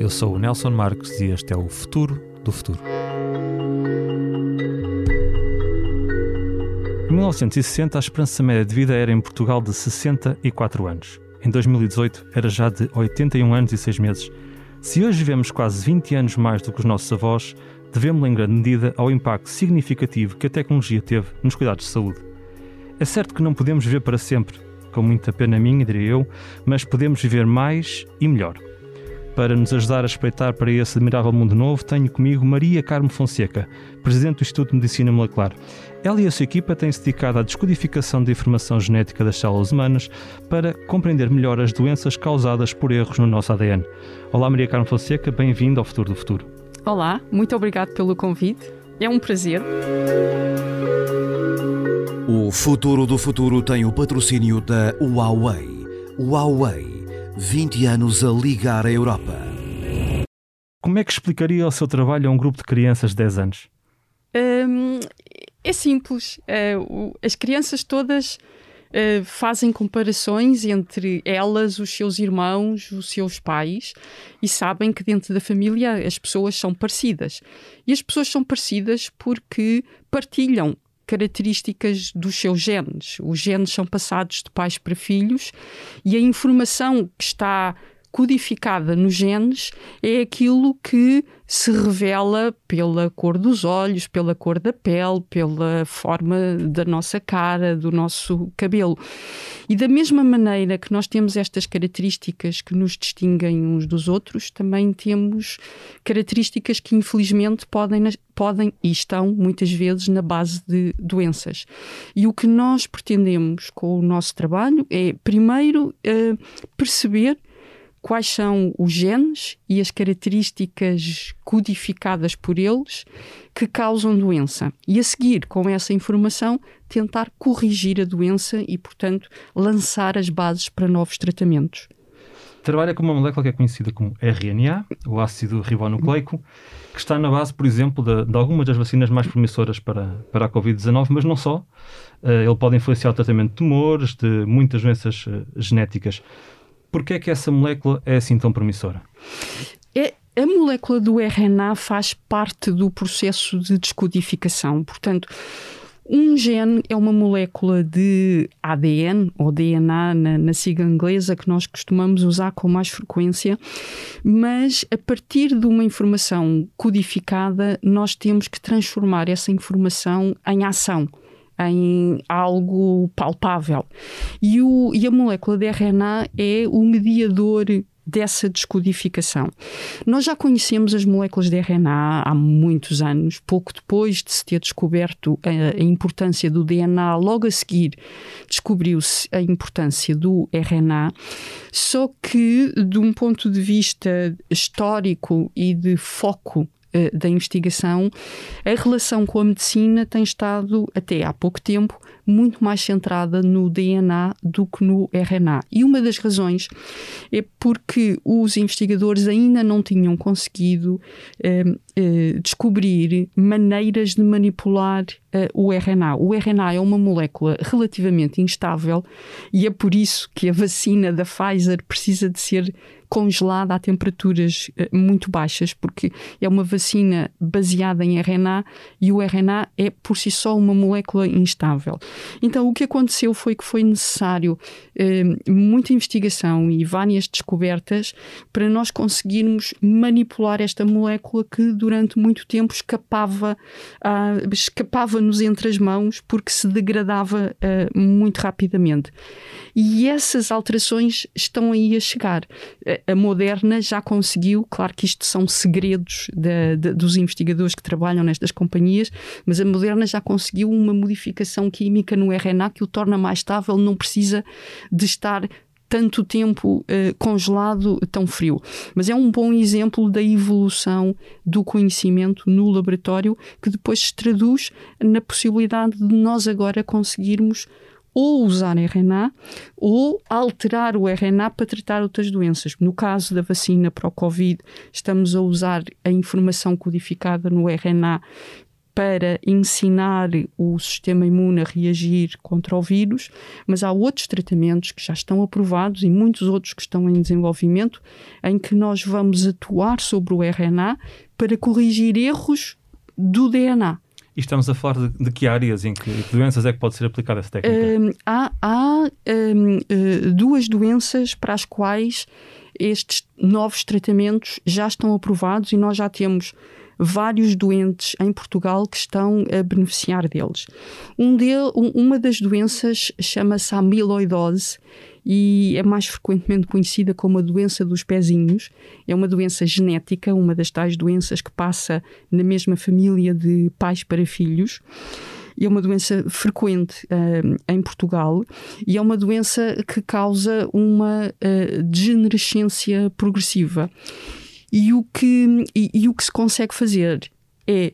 Eu sou o Nelson Marques e este é o Futuro do Futuro. Em 1960, a esperança média de vida era em Portugal de 64 anos. Em 2018, era já de 81 anos e 6 meses. Se hoje vivemos quase 20 anos mais do que os nossos avós, devemos em grande medida ao impacto significativo que a tecnologia teve nos cuidados de saúde. É certo que não podemos viver para sempre, com muita pena minha, diria eu, mas podemos viver mais e melhor. Para nos ajudar a espreitar para esse admirável mundo novo, tenho comigo Maria Carmo Fonseca, Presidente do Instituto de Medicina Molecular. Ela e a sua equipa têm-se dedicado à descodificação da informação genética das células humanas para compreender melhor as doenças causadas por erros no nosso ADN. Olá Maria Carmo Fonseca, bem-vinda ao Futuro do Futuro. Olá, muito obrigado pelo convite. É um prazer. O Futuro do Futuro tem o patrocínio da Huawei. Huawei, 20 anos a ligar a Europa. Como é que explicaria o seu trabalho a um grupo de crianças de 10 anos? É simples. As crianças todas fazem comparações entre elas, os seus irmãos, os seus pais, e sabem que dentro da família as pessoas são parecidas. E as pessoas são parecidas porque partilham características dos seus genes. Os genes são passados de pais para filhos e a informação que está codificada nos genes é aquilo que se revela pela cor dos olhos, pela cor da pele, pela forma da nossa cara, do nosso cabelo. E da mesma maneira que nós temos estas características que nos distinguem uns dos outros, também temos características que infelizmente podem e estão muitas vezes na base de doenças. E o que nós pretendemos com o nosso trabalho é, primeiro, perceber quais são os genes e as características codificadas por eles que causam doença. E a seguir, com essa informação, tentar corrigir a doença e, portanto, lançar as bases para novos tratamentos. Trabalha com uma molécula que é conhecida como RNA, o ácido ribonucleico, que está na base, por exemplo, de algumas das vacinas mais promissoras para a Covid-19, mas não só. Ele pode influenciar o tratamento de tumores, de muitas doenças genéticas. Porquê é que essa molécula é assim tão promissora? A molécula do RNA faz parte do processo de descodificação. Portanto, um gene é uma molécula de ADN, ou DNA na sigla inglesa, que nós costumamos usar com mais frequência, mas a partir de uma informação codificada, nós temos que transformar essa informação em ação, em algo palpável. E a molécula de RNA é o mediador dessa descodificação. Nós já conhecemos as moléculas de RNA há muitos anos, pouco depois de se ter descoberto a importância do DNA, logo a seguir descobriu-se a importância do RNA, só que de um ponto de vista histórico e de foco da investigação, a relação com a medicina tem estado, até há pouco tempo, muito mais centrada no DNA do que no RNA. E uma das razões é porque os investigadores ainda não tinham conseguido descobrir maneiras de manipular o RNA. O RNA é uma molécula relativamente instável e é por isso que a vacina da Pfizer precisa de ser congelada a temperaturas muito baixas, porque é uma vacina baseada em RNA e o RNA é por si só uma molécula instável. Então o que aconteceu foi que foi necessário muita investigação e várias descobertas para nós conseguirmos manipular esta molécula que durante muito tempo escapava-nos entre as mãos porque se degradava muito rapidamente. E essas alterações estão aí a chegar. A Moderna já conseguiu, claro que isto são segredos dos investigadores que trabalham nestas companhias, mas a Moderna já conseguiu uma modificação química no RNA que o torna mais estável, não precisa de estar tanto tempo congelado, tão frio. Mas é um bom exemplo da evolução do conhecimento no laboratório que depois se traduz na possibilidade de nós agora conseguirmos ou usar RNA ou alterar o RNA para tratar outras doenças. No caso da vacina para o Covid, estamos a usar a informação codificada no RNA para ensinar o sistema imune a reagir contra o vírus, mas há outros tratamentos que já estão aprovados e muitos outros que estão em desenvolvimento, em que nós vamos atuar sobre o RNA para corrigir erros do DNA. E estamos a falar de que áreas, em que doenças é que pode ser aplicada essa técnica? Há duas doenças para as quais estes novos tratamentos já estão aprovados e nós já temos vários doentes em Portugal que estão a beneficiar deles. Uma das doenças chama-se amiloidose e é mais frequentemente conhecida como a doença dos pezinhos. É uma doença genética, uma das tais doenças que passa na mesma família de pais para filhos. É uma doença frequente em Portugal e é uma doença que causa uma degenerescência progressiva. E o que se consegue fazer é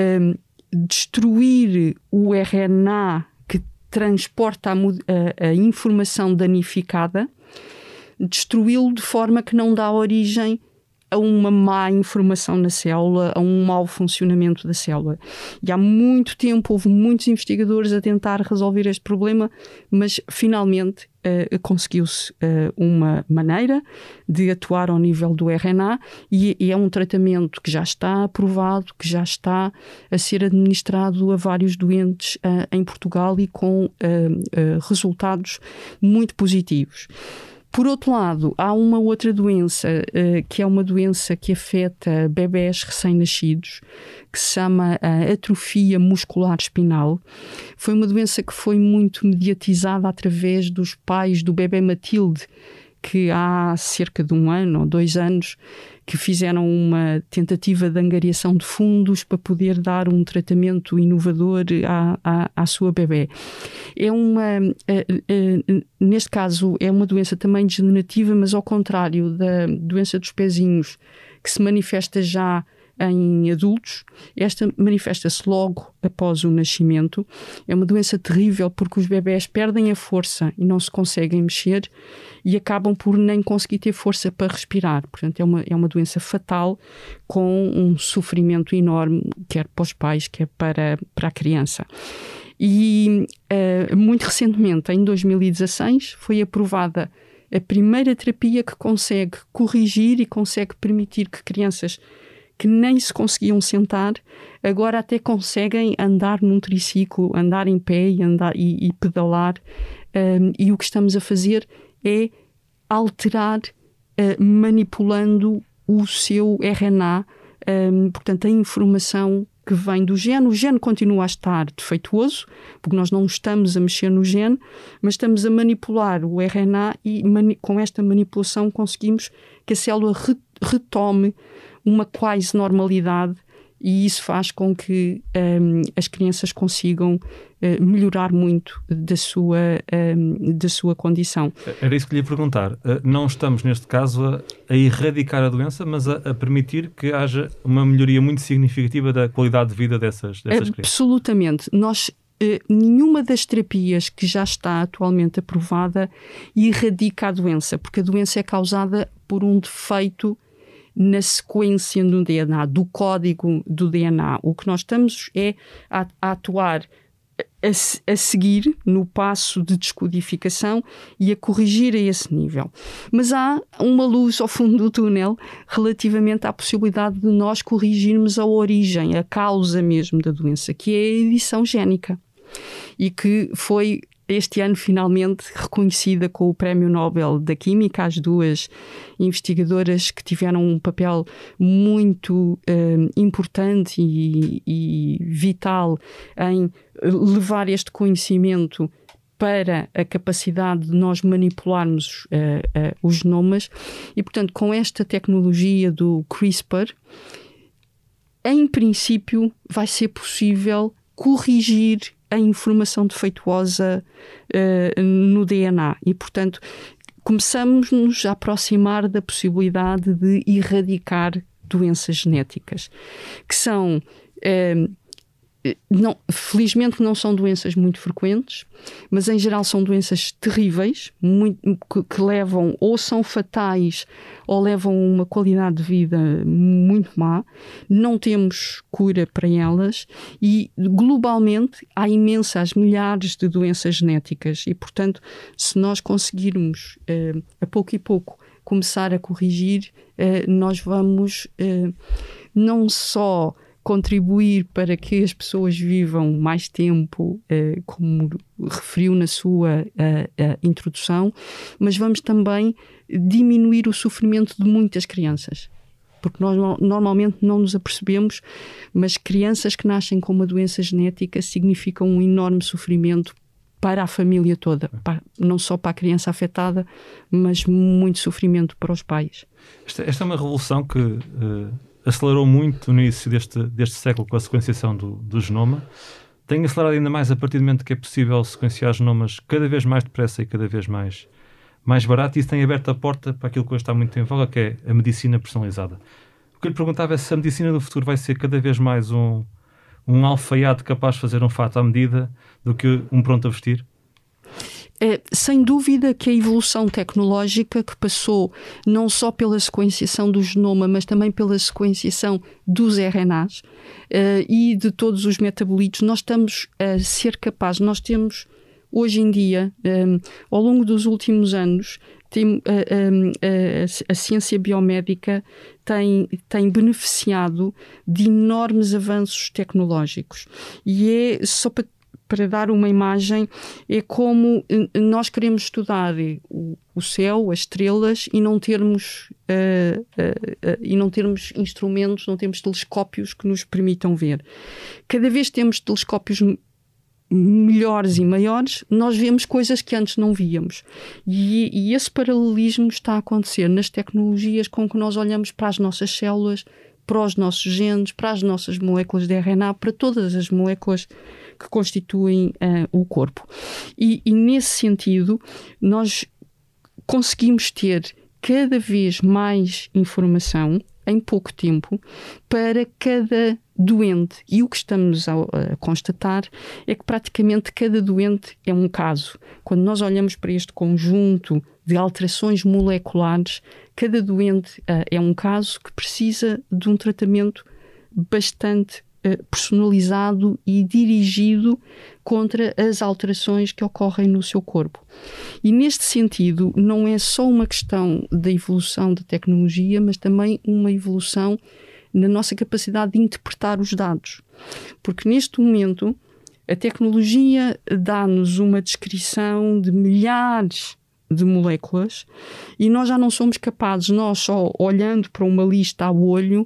destruir o RNA que transporta a informação danificada, destruí-lo de forma que não dá origem a uma má informação na célula, a um mau funcionamento da célula. E há muito tempo houve muitos investigadores a tentar resolver este problema, mas finalmente conseguiu-se uma maneira de atuar ao nível do RNA e é um tratamento que já está aprovado, que já está a ser administrado a vários doentes em Portugal e com resultados muito positivos. Por outro lado, há uma outra doença, que é uma doença que afeta bebés recém-nascidos, que se chama a atrofia muscular espinal. Foi uma doença que foi muito mediatizada através dos pais do bebé Matilde, que há cerca de 1 ano ou 2 anos que fizeram uma tentativa de angariação de fundos para poder dar um tratamento inovador à sua bebé. Neste caso, é uma doença também degenerativa, mas ao contrário da doença dos pezinhos, que se manifesta já em adultos, esta manifesta-se logo após o nascimento. É uma doença terrível porque os bebés perdem a força e não se conseguem mexer e acabam por nem conseguir ter força para respirar. Portanto, é uma doença fatal com um sofrimento enorme, quer para os pais, quer para a criança. E muito recentemente, em 2016, foi aprovada a primeira terapia que consegue corrigir e consegue permitir que crianças que nem se conseguiam sentar, agora até conseguem andar num triciclo, andar em pé e pedalar. E o que estamos a fazer é alterar, manipulando o seu RNA, portanto, a informação que vem do gene. O gene continua a estar defeituoso, porque nós não estamos a mexer no gene, mas estamos a manipular o RNA e com esta manipulação conseguimos que a célula retome uma quase normalidade e isso faz com que as crianças consigam melhorar muito da sua condição. Era isso que lhe ia perguntar. Não estamos, neste caso, a erradicar a doença, mas a permitir que haja uma melhoria muito significativa da qualidade de vida dessas crianças. Absolutamente. Nenhuma das terapias que já está atualmente aprovada erradica a doença, porque a doença é causada por um defeito na sequência do DNA, do código do DNA. O que nós estamos é a atuar a seguir no passo de descodificação e a corrigir a esse nível. Mas há uma luz ao fundo do túnel relativamente à possibilidade de nós corrigirmos a origem, a causa mesmo da doença, que é a edição génica. E que foi este ano finalmente reconhecida com o Prémio Nobel da Química, as duas investigadoras que tiveram um papel muito importante e vital em levar este conhecimento para a capacidade de nós manipularmos os genomas e, portanto, com esta tecnologia do CRISPR, em princípio vai ser possível corrigir a informação defeituosa no DNA e, portanto, começamos-nos a aproximar da possibilidade de erradicar doenças genéticas, que são Felizmente não são doenças muito frequentes, mas em geral são doenças terríveis, que levam ou são fatais ou levam a uma qualidade de vida muito má. Não temos cura para elas e globalmente há imensas milhares de doenças genéticas e, portanto, se nós conseguirmos a pouco e pouco começar a corrigir, nós vamos não só contribuir para que as pessoas vivam mais tempo, como referiu na sua introdução, mas vamos também diminuir o sofrimento de muitas crianças. Porque nós normalmente não nos apercebemos, mas crianças que nascem com uma doença genética significam um enorme sofrimento para a família toda, não só para a criança afetada, mas muito sofrimento para os pais. Esta é uma revolução que acelerou muito no início deste século com a sequenciação do genoma. Tem acelerado ainda mais a partir do momento que é possível sequenciar genomas cada vez mais depressa e cada vez mais barato, e isso tem aberto a porta para aquilo que hoje está muito em voga, que é a medicina personalizada. O que eu lhe perguntava é se a medicina do futuro vai ser cada vez mais um alfaiate capaz de fazer um fato à medida do que um pronto a vestir? Sem dúvida que a evolução tecnológica que passou não só pela sequenciação do genoma, mas também pela sequenciação dos RNAs e de todos os metabolitos, nós estamos a ser capazes, nós temos hoje em dia, ao longo dos últimos anos, a ciência biomédica tem beneficiado de enormes avanços tecnológicos e é só para dar uma imagem, é como nós queremos estudar o céu, as estrelas, e não termos instrumentos, não temos telescópios que nos permitam ver. Cada vez temos telescópios melhores e maiores, nós vemos coisas que antes não víamos. E esse paralelismo está a acontecer nas tecnologias com que nós olhamos para as nossas células, para os nossos genes, para as nossas moléculas de RNA, para todas as moléculas que constituem o corpo. E nesse sentido, nós conseguimos ter cada vez mais informação em pouco tempo para cada doente. E o que estamos a constatar é que praticamente cada doente é um caso. Quando nós olhamos para este conjunto de alterações moleculares, cada doente é um caso que precisa de um tratamento bastante personalizado e dirigido contra as alterações que ocorrem no seu corpo. E neste sentido, não é só uma questão da evolução da tecnologia, mas também uma evolução na nossa capacidade de interpretar os dados. Porque neste momento a tecnologia dá-nos uma descrição de milhares de moléculas e nós já não somos capazes, nós só olhando para uma lista ao olho,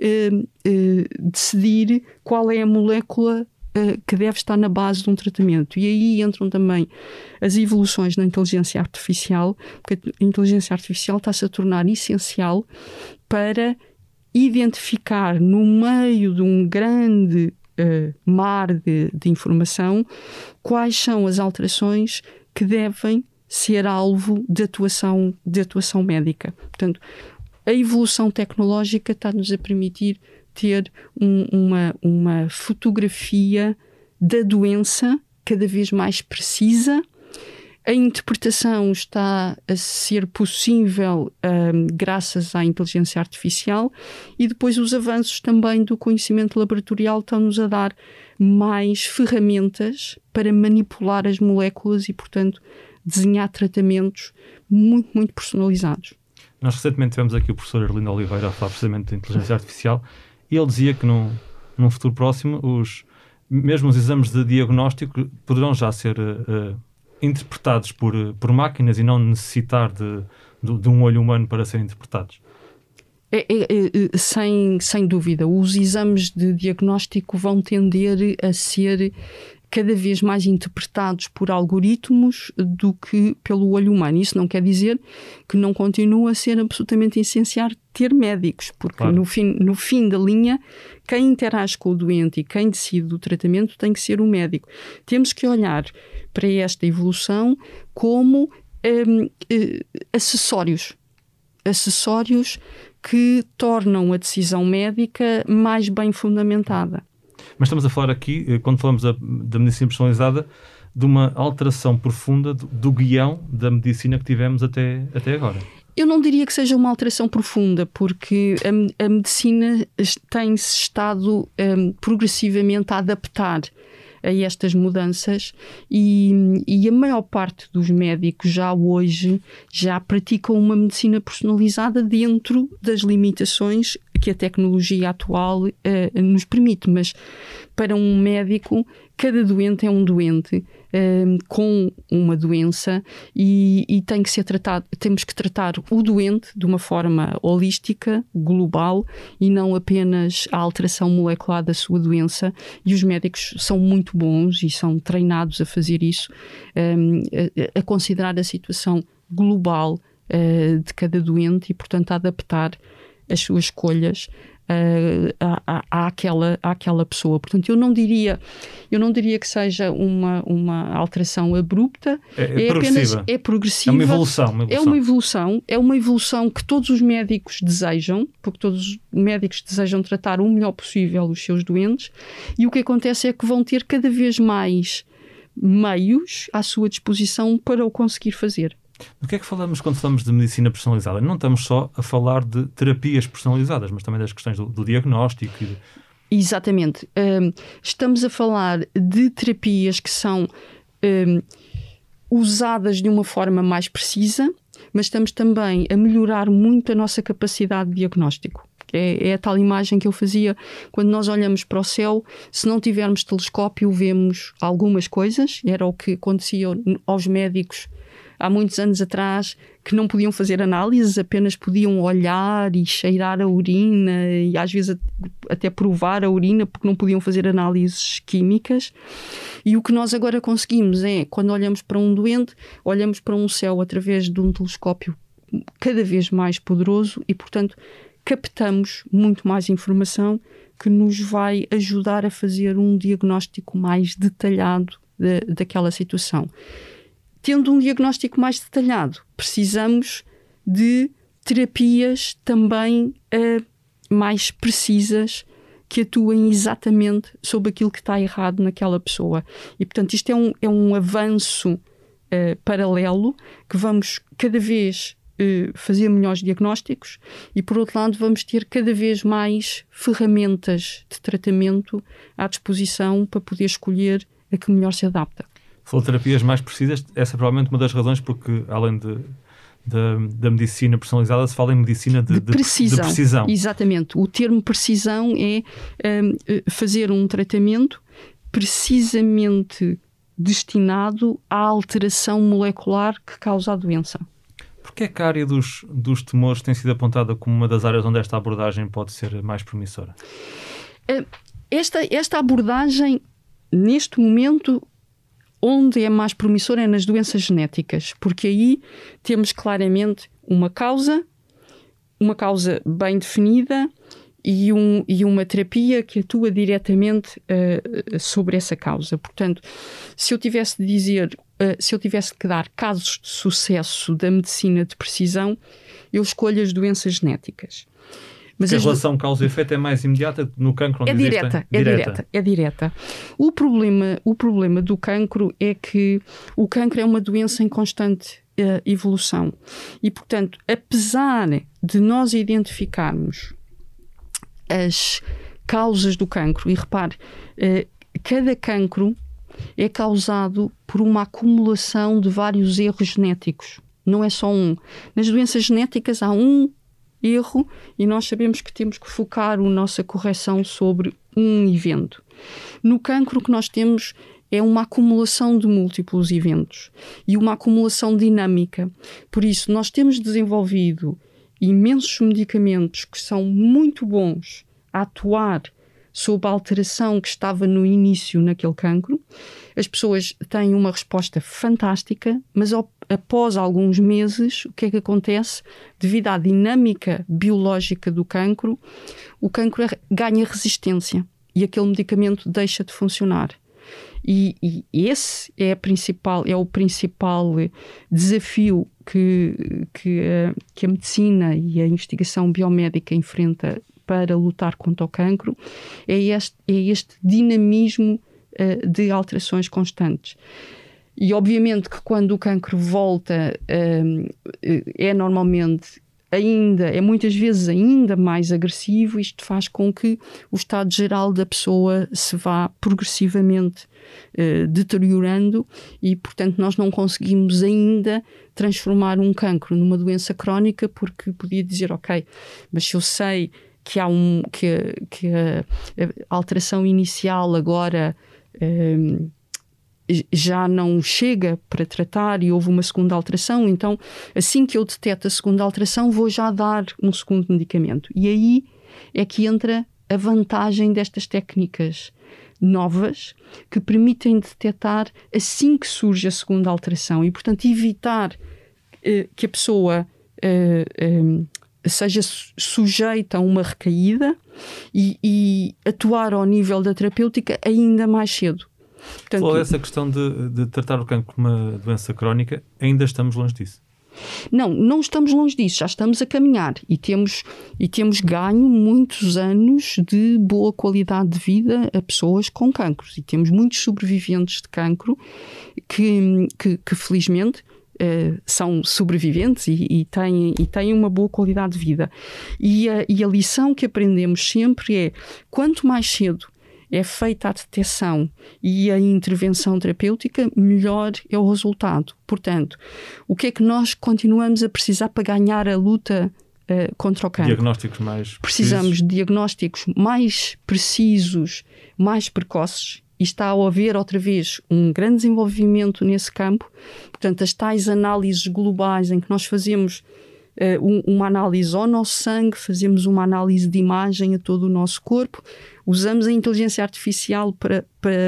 decidir qual é a molécula que deve estar na base de um tratamento. E aí entram também as evoluções na inteligência artificial, porque a inteligência artificial está-se a tornar essencial para identificar no meio de um grande mar de informação quais são as alterações que devem ser alvo de atuação médica. Portanto, a evolução tecnológica está-nos a permitir ter uma fotografia da doença cada vez mais precisa. A interpretação está a ser possível graças à inteligência artificial e depois os avanços também do conhecimento laboratorial estão-nos a dar mais ferramentas para manipular as moléculas e, portanto, desenhar tratamentos muito, muito personalizados. Nós recentemente tivemos aqui o professor Arlindo Oliveira a falar precisamente da inteligência artificial e ele dizia que num futuro próximo mesmo os exames de diagnóstico poderão já ser interpretados por máquinas e não necessitar de um olho humano para serem interpretados. Sem dúvida. Os exames de diagnóstico vão tender a ser cada vez mais interpretados por algoritmos do que pelo olho humano. Isso não quer dizer que não continua a ser absolutamente essencial ter médicos, porque claro, no fim da linha, quem interage com o doente e quem decide o tratamento tem que ser o médico. Temos que olhar para esta evolução como acessórios que tornam a decisão médica mais bem fundamentada. Mas estamos a falar aqui, quando falamos da medicina personalizada, de uma alteração profunda do guião da medicina que tivemos até agora. Eu não diria que seja uma alteração profunda, porque a medicina tem-se estado progressivamente a adaptar a estas mudanças e a maior parte dos médicos já hoje já praticam uma medicina personalizada dentro das limitações que a tecnologia atual nos permite. Mas para um médico, cada doente é um doente com uma doença e tem que ser tratado, temos que tratar o doente de uma forma holística, global, e não apenas a alteração molecular da sua doença, e os médicos são muito bons e são treinados a fazer isso, a considerar a situação global de cada doente e, portanto, a adaptar as suas escolhas àquela pessoa. Portanto, eu não diria que seja uma alteração abrupta. É progressiva. É progressiva. É uma evolução. É uma evolução que todos os médicos desejam, porque todos os médicos desejam tratar o melhor possível os seus doentes, e o que acontece é que vão ter cada vez mais meios à sua disposição para o conseguir fazer. Do que é que falamos quando falamos de medicina personalizada? Não estamos só a falar de terapias personalizadas, mas também das questões do diagnóstico. Exatamente. Estamos a falar de terapias que são usadas de uma forma mais precisa, mas estamos também a melhorar muito a nossa capacidade de diagnóstico. É a tal imagem que eu fazia quando nós olhamos para o céu. Se não tivermos telescópio, vemos algumas coisas. Era o que acontecia aos médicos há muitos anos atrás, que não podiam fazer análises, apenas podiam olhar e cheirar a urina e às vezes até provar a urina, porque não podiam fazer análises químicas. E o que nós agora conseguimos é, quando olhamos para um doente, olhamos para um céu através de um telescópio cada vez mais poderoso e, portanto, captamos muito mais informação que nos vai ajudar a fazer um diagnóstico mais detalhado daquela situação. Tendo um diagnóstico mais detalhado, precisamos de terapias também mais precisas que atuem exatamente sobre aquilo que está errado naquela pessoa. E, portanto, isto é um avanço paralelo, que vamos cada vez fazer melhores diagnósticos e, por outro lado, vamos ter cada vez mais ferramentas de tratamento à disposição para poder escolher a que melhor se adapta. Falou de terapias mais precisas, essa é provavelmente uma das razões porque, além da medicina personalizada, se fala em medicina de precisão. Exatamente. O termo precisão é fazer um tratamento precisamente destinado à alteração molecular que causa a doença. Porquê é que a área dos tumores tem sido apontada como uma das áreas onde esta abordagem pode ser mais promissora? Esta abordagem, neste momento, onde é mais promissora é nas doenças genéticas, porque aí temos claramente uma causa bem definida e uma terapia que atua diretamente sobre essa causa. Portanto, se eu tivesse que dar casos de sucesso da medicina de precisão, eu escolho as doenças genéticas. Mas a relação causa e efeito é mais imediata no cancro? É direta. O problema do cancro é que o cancro é uma doença em constante evolução. E, portanto, apesar de nós identificarmos as causas do cancro, e repare, cada cancro é causado por uma acumulação de vários erros genéticos. Não é só um. Nas doenças genéticas há um erro e nós sabemos que temos que focar a nossa correção sobre um evento. No cancro, o que nós temos é uma acumulação de múltiplos eventos e uma acumulação dinâmica. Por isso, nós temos desenvolvido imensos medicamentos que são muito bons a atuar sob a alteração que estava no início naquele cancro. As pessoas têm uma resposta fantástica, mas após alguns meses, o que é que acontece? Devido à dinâmica biológica do cancro, o cancro ganha resistência e aquele medicamento deixa de funcionar. E esse é o principal desafio que a medicina e a investigação biomédica enfrenta para lutar contra o cancro é este dinamismo de alterações constantes. E obviamente que quando o cancro volta é normalmente muitas vezes ainda mais agressivo. Isto faz com que o estado geral da pessoa se vá progressivamente deteriorando e, portanto, nós não conseguimos ainda transformar um cancro numa doença crónica, porque podia dizer, ok, mas se eu sei que há que a alteração inicial agora já não chega para tratar e houve uma segunda alteração, então assim que eu detecto a segunda alteração vou já dar um segundo medicamento. E aí é que entra a vantagem destas técnicas novas que permitem detectar assim que surge a segunda alteração e, portanto, evitar que a pessoa seja sujeita a uma recaída e atuar ao nível da terapêutica ainda mais cedo. Portanto, falou essa questão de tratar o cancro como uma doença crónica, ainda estamos longe disso? Não estamos longe disso, já estamos a caminhar e temos ganho muitos anos de boa qualidade de vida a pessoas com cancros, e temos muitos sobreviventes de cancro que felizmente são sobreviventes e têm uma boa qualidade de vida. E a lição que aprendemos sempre é: quanto mais cedo é feita a detecção e a intervenção terapêutica, melhor é o resultado. Portanto, o que é que nós continuamos a precisar para ganhar a luta contra o cancro? Diagnósticos mais Precisamos precisos. de diagnósticos mais precisos, mais precoces, e está a haver outra vez um grande desenvolvimento nesse campo. Portanto, as tais análises globais em que nós fazemos uma análise ao nosso sangue, fazemos uma análise de imagem a todo o nosso corpo, usamos a inteligência artificial para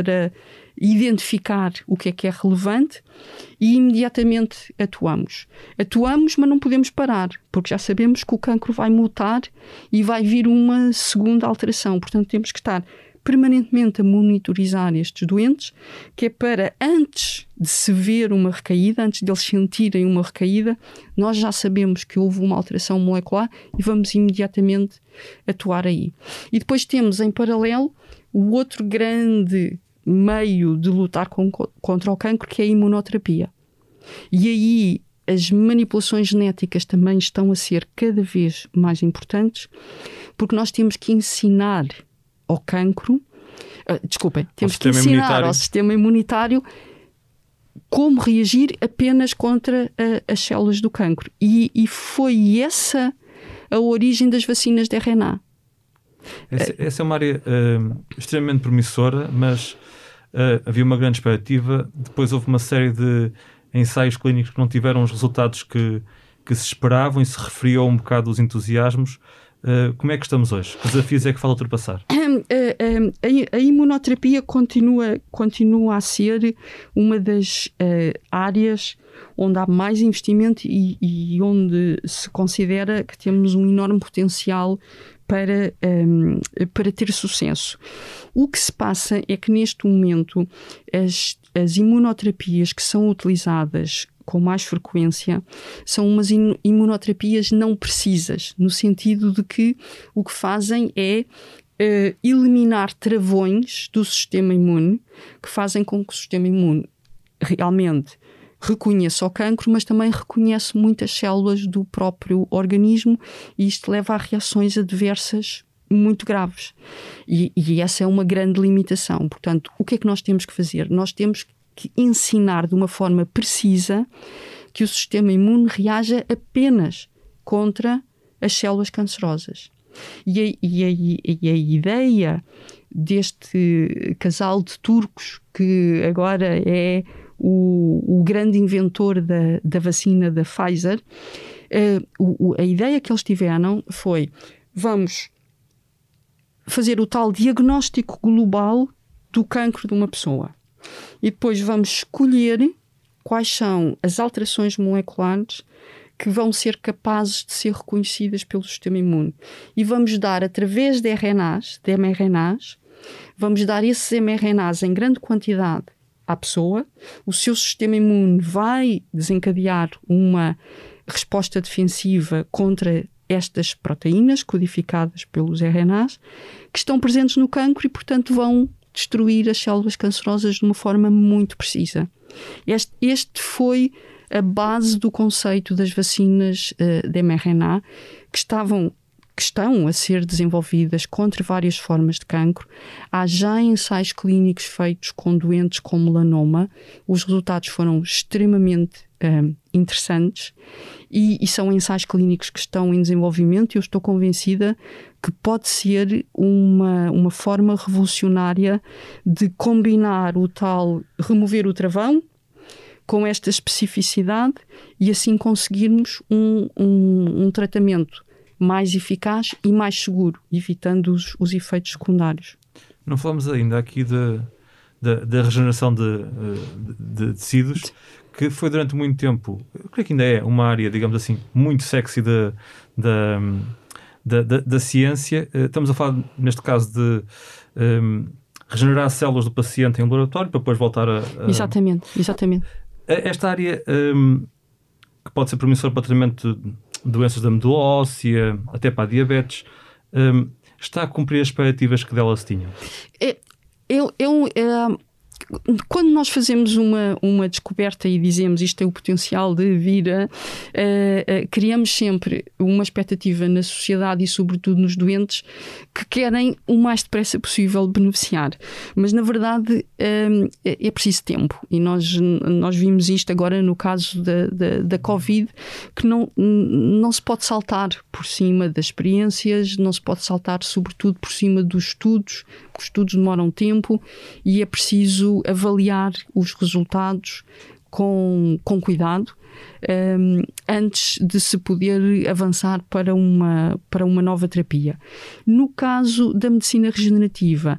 identificar o que é relevante e imediatamente atuamos. Atuamos, mas não podemos parar, porque já sabemos que o cancro vai mutar e vai vir uma segunda alteração. Portanto, temos que estar permanentemente a monitorizar estes doentes, que é para, antes de se ver uma recaída, antes de eles sentirem uma recaída, nós já sabemos que houve uma alteração molecular e vamos imediatamente atuar aí. E depois temos, em paralelo, o outro grande meio de lutar contra o cancro, que é a imunoterapia. E aí as manipulações genéticas também estão a ser cada vez mais importantes, porque nós temos que ensinar ao cancro, temos que ensinar ao sistema imunitário como reagir apenas contra as células do cancro. E foi essa a origem das vacinas de RNA. Essa é uma área extremamente promissora, mas havia uma grande expectativa. Depois houve uma série de ensaios clínicos que não tiveram os resultados que se esperavam e se referiu um bocado os entusiasmos. Como é que estamos hoje? Que desafios é que falta ultrapassar? A imunoterapia continua a ser uma das áreas onde há mais investimento e onde se considera que temos um enorme potencial para ter sucesso. O que se passa é que neste momento as imunoterapias que são utilizadas com mais frequência são umas imunoterapias não precisas, no sentido de que o que fazem é eliminar travões do sistema imune que fazem com que o sistema imune realmente reconheça o cancro, mas também reconhece muitas células do próprio organismo, e isto leva a reações adversas muito graves. E essa é uma grande limitação. Portanto, o que é que nós temos que fazer? Nós temos que ensinar de uma forma precisa que o sistema imune reaja apenas contra as células cancerosas. E a ideia deste casal de turcos, que agora é o grande inventor da vacina da Pfizer, a ideia que eles tiveram foi: vamos fazer o tal diagnóstico global do cancro de uma pessoa. E depois vamos escolher quais são as alterações moleculares que vão ser capazes de ser reconhecidas pelo sistema imune. E vamos dar, através de mRNAs, vamos dar esses mRNAs em grande quantidade à pessoa. O seu sistema imune vai desencadear uma resposta defensiva contra estas proteínas codificadas pelos RNAs que estão presentes no cancro e, portanto, vão destruir as células cancerosas de uma forma muito precisa. Este foi a base do conceito das vacinas de mRNA que estão a ser desenvolvidas contra várias formas de cancro. Há já ensaios clínicos feitos com doentes com melanoma. Os resultados foram extremamente interessantes e são ensaios clínicos que estão em desenvolvimento e eu estou convencida que pode ser uma forma revolucionária de combinar o tal remover o travão com esta especificidade e assim conseguirmos um tratamento mais eficaz e mais seguro, evitando os efeitos secundários. Não falamos ainda aqui da regeneração de tecidos, que foi durante muito tempo, eu creio que ainda é uma área, digamos assim, muito sexy da ciência. Estamos a falar, neste caso, de regenerar células do paciente em um laboratório para depois voltar a... Exatamente. Esta área, que pode ser promissora para o tratamento de doenças da medula óssea, até para a diabetes, está a cumprir as expectativas que dela se tinham? Quando nós fazemos uma descoberta e dizemos isto tem o potencial de vir criamos sempre uma expectativa na sociedade e sobretudo nos doentes que querem o mais depressa possível beneficiar, mas na verdade é preciso tempo e nós vimos isto agora no caso da Covid, que não se pode saltar por cima das experiências, não se pode saltar sobretudo por cima dos estudos, porque os estudos demoram tempo e é preciso avaliar os resultados com cuidado antes de se poder avançar para uma nova terapia. No caso da medicina regenerativa,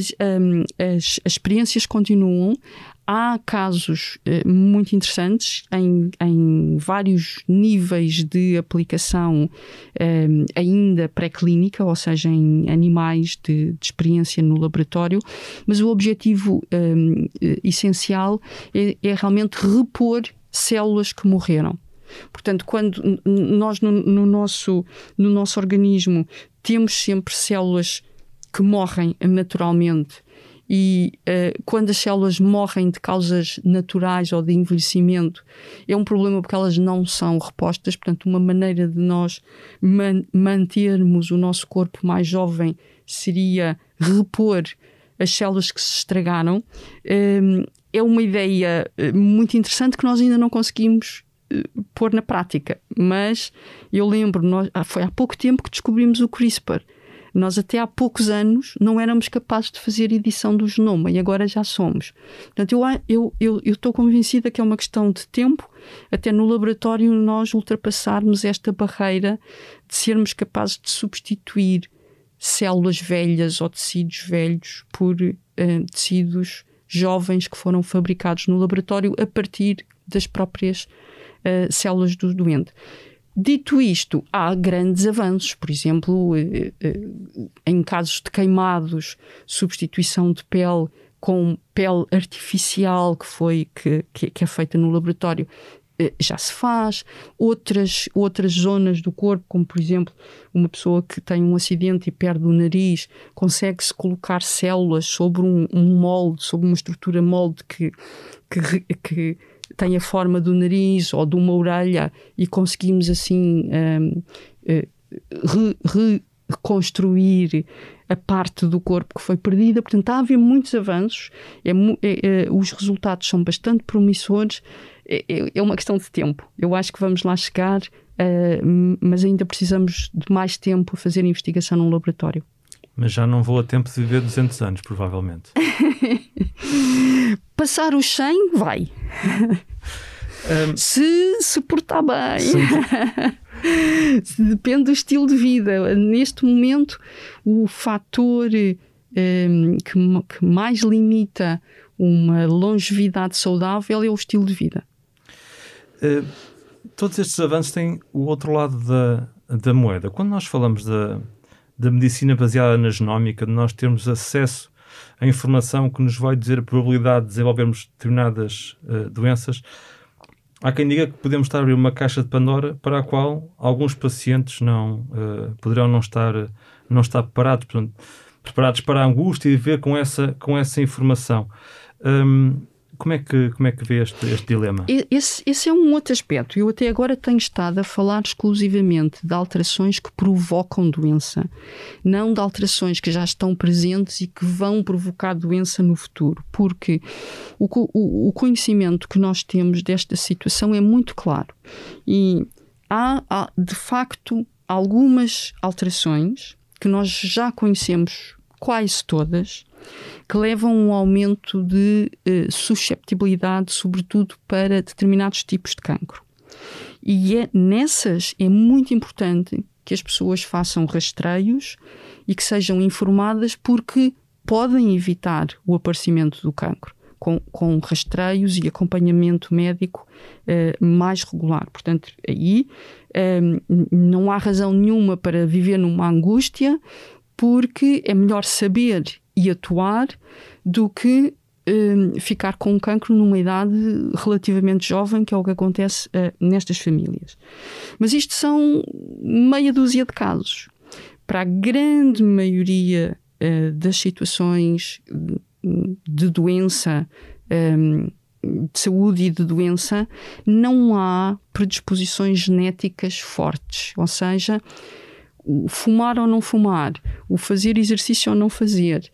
as experiências continuam. Há casos muito interessantes em vários níveis de aplicação ainda pré-clínica, ou seja, em animais de experiência no laboratório, mas o objetivo essencial é realmente repor células que morreram. Portanto, quando nós no nosso organismo temos sempre células que morrem naturalmente e quando as células morrem de causas naturais ou de envelhecimento é um problema porque elas não são repostas. Portanto, uma maneira de nós mantermos o nosso corpo mais jovem seria repor as células que se estragaram. É uma ideia muito interessante que nós ainda não conseguimos pôr na prática, mas eu lembro, foi há pouco tempo que descobrimos o CRISPR. Nós até há poucos anos não éramos capazes de fazer edição do genoma e agora já somos. Portanto, eu estou convencida que é uma questão de tempo, até no laboratório nós ultrapassarmos esta barreira de sermos capazes de substituir células velhas ou tecidos velhos por tecidos jovens que foram fabricados no laboratório a partir das próprias células do doente. Dito isto, há grandes avanços, por exemplo, em casos de queimados, substituição de pele com pele artificial que é feita no laboratório, já se faz. Outras zonas do corpo, como por exemplo uma pessoa que tem um acidente e perde o nariz, consegue-se colocar células sobre um molde, sobre uma estrutura molde que tem a forma do nariz ou de uma orelha e conseguimos assim reconstruir a parte do corpo que foi perdida. Portanto, está a haver muitos avanços, os resultados são bastante promissores, é uma questão de tempo. Eu acho que vamos lá chegar, mas ainda precisamos de mais tempo a fazer investigação num laboratório. Mas já não vou a tempo de viver 200 anos, provavelmente. Passar os 100, vai. Se portar bem. Depende do estilo de vida. Neste momento, o fator que mais limita uma longevidade saudável é o estilo de vida. Todos estes avanços têm o outro lado da moeda. Quando nós falamos da medicina baseada na genómica, de nós termos acesso à informação que nos vai dizer a probabilidade de desenvolvermos determinadas doenças, há quem diga que podemos estar a abrir uma caixa de Pandora para a qual alguns pacientes poderão não estar preparados para a angústia e viver com essa informação. Como é que vê este dilema? Esse é um outro aspecto. Eu até agora tenho estado a falar exclusivamente de alterações que provocam doença, não de alterações que já estão presentes e que vão provocar doença no futuro, porque o conhecimento que nós temos desta situação é muito claro. E há de facto, algumas alterações que nós já conhecemos, quase todas, que levam a um aumento de susceptibilidade, sobretudo para determinados tipos de cancro. E nessas é muito importante que as pessoas façam rastreios e que sejam informadas, porque podem evitar o aparecimento do cancro com rastreios e acompanhamento médico mais regular. Portanto, aí não há razão nenhuma para viver numa angústia, porque é melhor saber e atuar do que ficar com um cancro numa idade relativamente jovem, que é o que acontece nestas famílias. Mas isto são meia dúzia de casos. Para a grande maioria das situações de doença, de saúde e de doença, não há predisposições genéticas fortes. Ou seja, o fumar ou não fumar, o fazer exercício ou não fazer,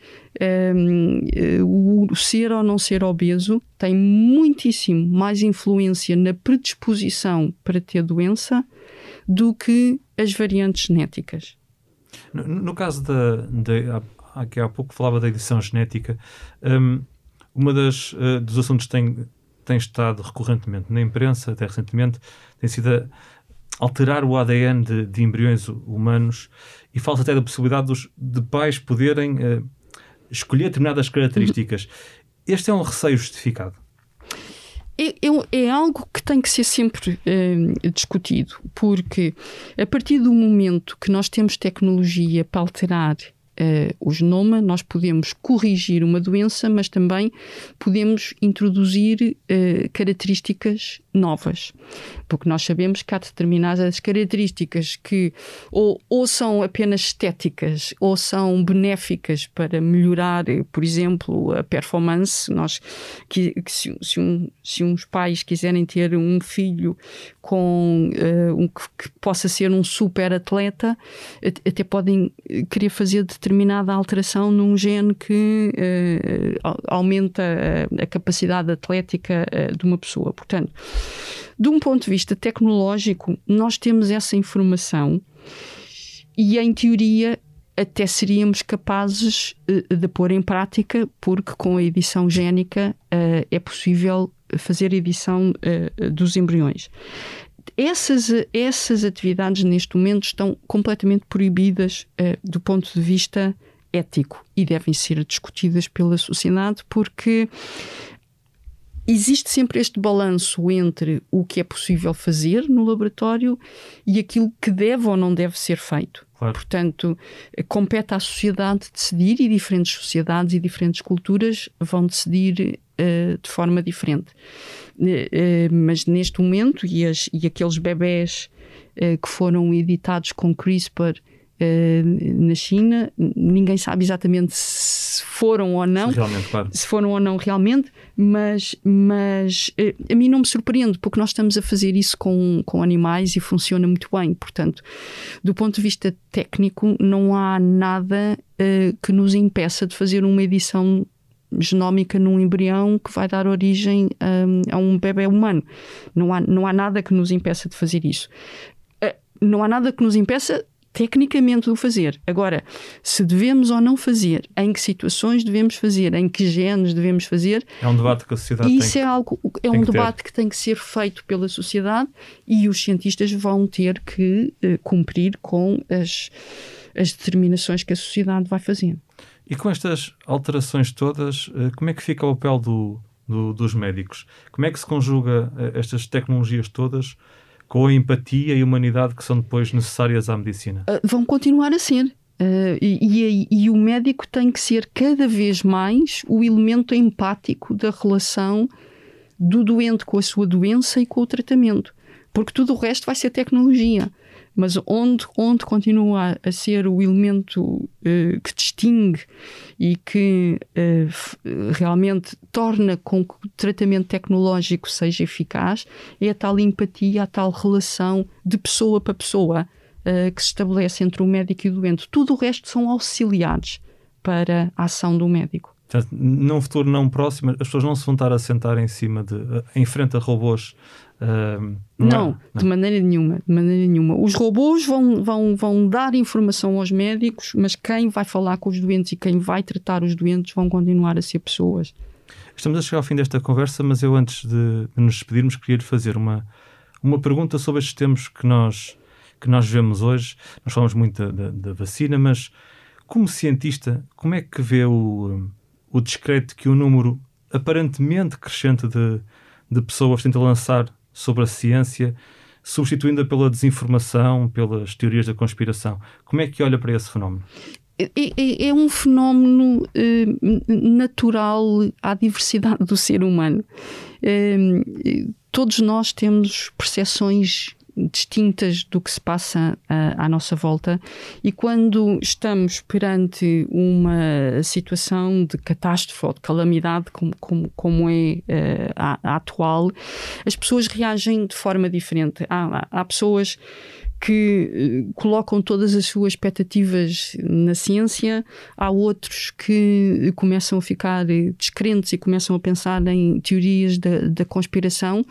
o ser ou não ser obeso, tem muitíssimo mais influência na predisposição para ter doença do que as variantes genéticas. No caso que há pouco falava da edição genética, uma dos assuntos que tem estado recorrentemente na imprensa, até recentemente, tem sido alterar o ADN de embriões humanos, e fala até da possibilidade de pais poderem escolher determinadas características. Este é um receio justificado? É algo que tem que ser sempre discutido, porque a partir do momento que nós temos tecnologia para alterar o genoma, nós podemos corrigir uma doença, mas também podemos introduzir características novas, porque nós sabemos que há determinadas características que ou são apenas estéticas ou são benéficas para melhorar, por exemplo, a performance. Se uns pais quiserem ter um filho que possa ser um super atleta, até podem querer fazer determinada alteração num gene que aumenta a capacidade atlética de uma pessoa. Portanto, de um ponto de vista tecnológico, nós temos essa informação e, em teoria, até seríamos capazes de pôr em prática, porque com a edição génica é possível fazer a edição dos embriões. Essas atividades, neste momento, estão completamente proibidas do ponto de vista ético e devem ser discutidas pela sociedade, porque existe sempre este balanço entre o que é possível fazer no laboratório e aquilo que deve ou não deve ser feito. Claro. Portanto, compete à sociedade decidir, e diferentes sociedades e diferentes culturas vão decidir de forma diferente. Mas neste momento, e aqueles bebés que foram editados com CRISPR na China, ninguém sabe exatamente se foram ou não, se foram ou não realmente, mas a mim não me surpreende, porque nós estamos a fazer isso com animais e funciona muito bem. Portanto, do ponto de vista técnico, não há nada que nos impeça de fazer uma edição genómica num embrião que vai dar origem a um bebé humano. Não há nada que nos impeça de fazer isso. Não há nada que nos impeça tecnicamente do fazer. Agora, se devemos ou não fazer, em que situações devemos fazer, em que genes devemos fazer, é um debate que a sociedade é um debate que tem que ser feito pela sociedade, e os cientistas vão ter que cumprir com as determinações que a sociedade vai fazer. E com estas alterações todas, como é que fica o papel dos médicos? Como é que se conjuga estas tecnologias todas com a empatia e a humanidade que são depois necessárias à medicina? Vão continuar a ser. E o médico tem que ser cada vez mais o elemento empático da relação do doente com a sua doença e com o tratamento. Porque tudo o resto vai ser tecnologia. Mas onde continua a ser o elemento que distingue e que realmente torna com que o tratamento tecnológico seja eficaz é a tal empatia, a tal relação de pessoa para pessoa que se estabelece entre o médico e o doente. Tudo o resto são auxiliares para a ação do médico. Portanto, num futuro não próximo, as pessoas não se vão estar a sentar em frente a robôs. Não, de maneira nenhuma. Os robôs vão dar informação aos médicos, mas quem vai falar com os doentes e quem vai tratar os doentes vão continuar a ser pessoas. Estamos a chegar ao fim desta conversa, mas eu, antes de nos despedirmos, queria lhe fazer uma pergunta sobre estes tempos que nós vivemos hoje. Nós falamos muito da vacina, mas como cientista, como é que vê o descrédito que o número aparentemente crescente de pessoas tenta lançar sobre a ciência, substituindo-a pela desinformação, pelas teorias da conspiração? Como é que olha para esse fenómeno? É um fenómeno natural à diversidade do ser humano. Todos nós temos percepções distintas do que se passa à nossa volta, e quando estamos perante uma situação de catástrofe ou de calamidade como é a atual, as pessoas reagem de forma diferente. Há pessoas que colocam todas as suas expectativas na ciência, há outros que começam a ficar descrentes e começam a pensar em teorias da conspiração.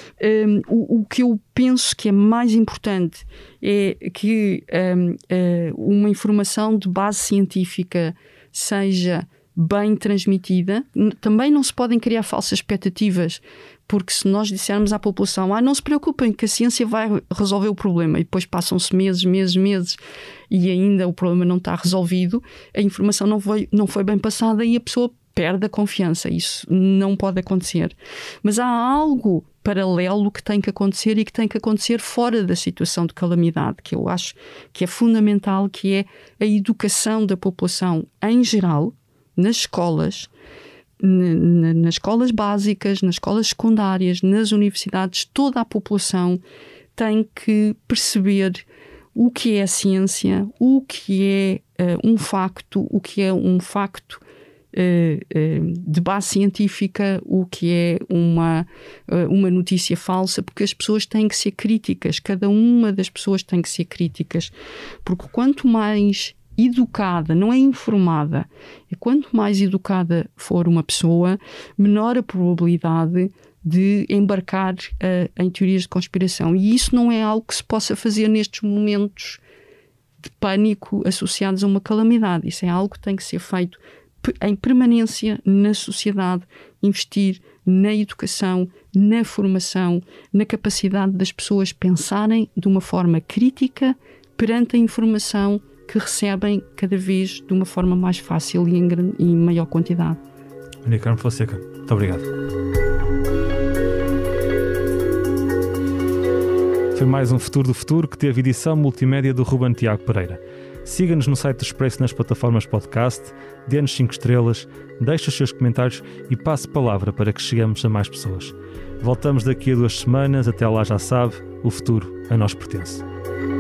O que eu penso que é mais importante é que uma informação de base científica seja bem transmitida. Também não se podem criar falsas expectativas, porque se nós dissermos à população não se preocupem que a ciência vai resolver o problema, e depois passam-se meses e ainda o problema não está resolvido, a informação não foi bem passada e a pessoa perde a confiança. Isso não pode acontecer. Mas há algo paralelo que tem que acontecer, e que tem que acontecer fora da situação de calamidade, que eu acho que é fundamental, que é a educação da população em geral, nas escolas, nas escolas básicas, nas escolas secundárias, nas universidades. Toda a população tem que perceber o que é a ciência, o que é um facto, o que é um facto de base científica, o que é uma notícia falsa, porque as pessoas têm que ser críticas. Cada uma das pessoas tem que ser críticas, porque quanto mais educada, não é informada, quanto mais educada for uma pessoa, menor a probabilidade de embarcar em teorias de conspiração. E isso não é algo que se possa fazer nestes momentos de pânico associados a uma calamidade. Isso é algo que tem que ser feito em permanência na sociedade, investir na educação, na formação, na capacidade das pessoas pensarem de uma forma crítica perante a informação que recebem cada vez de uma forma mais fácil e em maior quantidade. Maria Carmen Fonseca, muito obrigado. Foi mais um Futuro do Futuro, que teve edição multimédia do Ruben Tiago Pereira. Siga-nos no site do Expresso, nas plataformas podcast, dê-nos 5 estrelas, deixe os seus comentários e passe palavra para que cheguemos a mais pessoas. Voltamos daqui a 2 semanas. Até lá, já sabe, o futuro a nós pertence.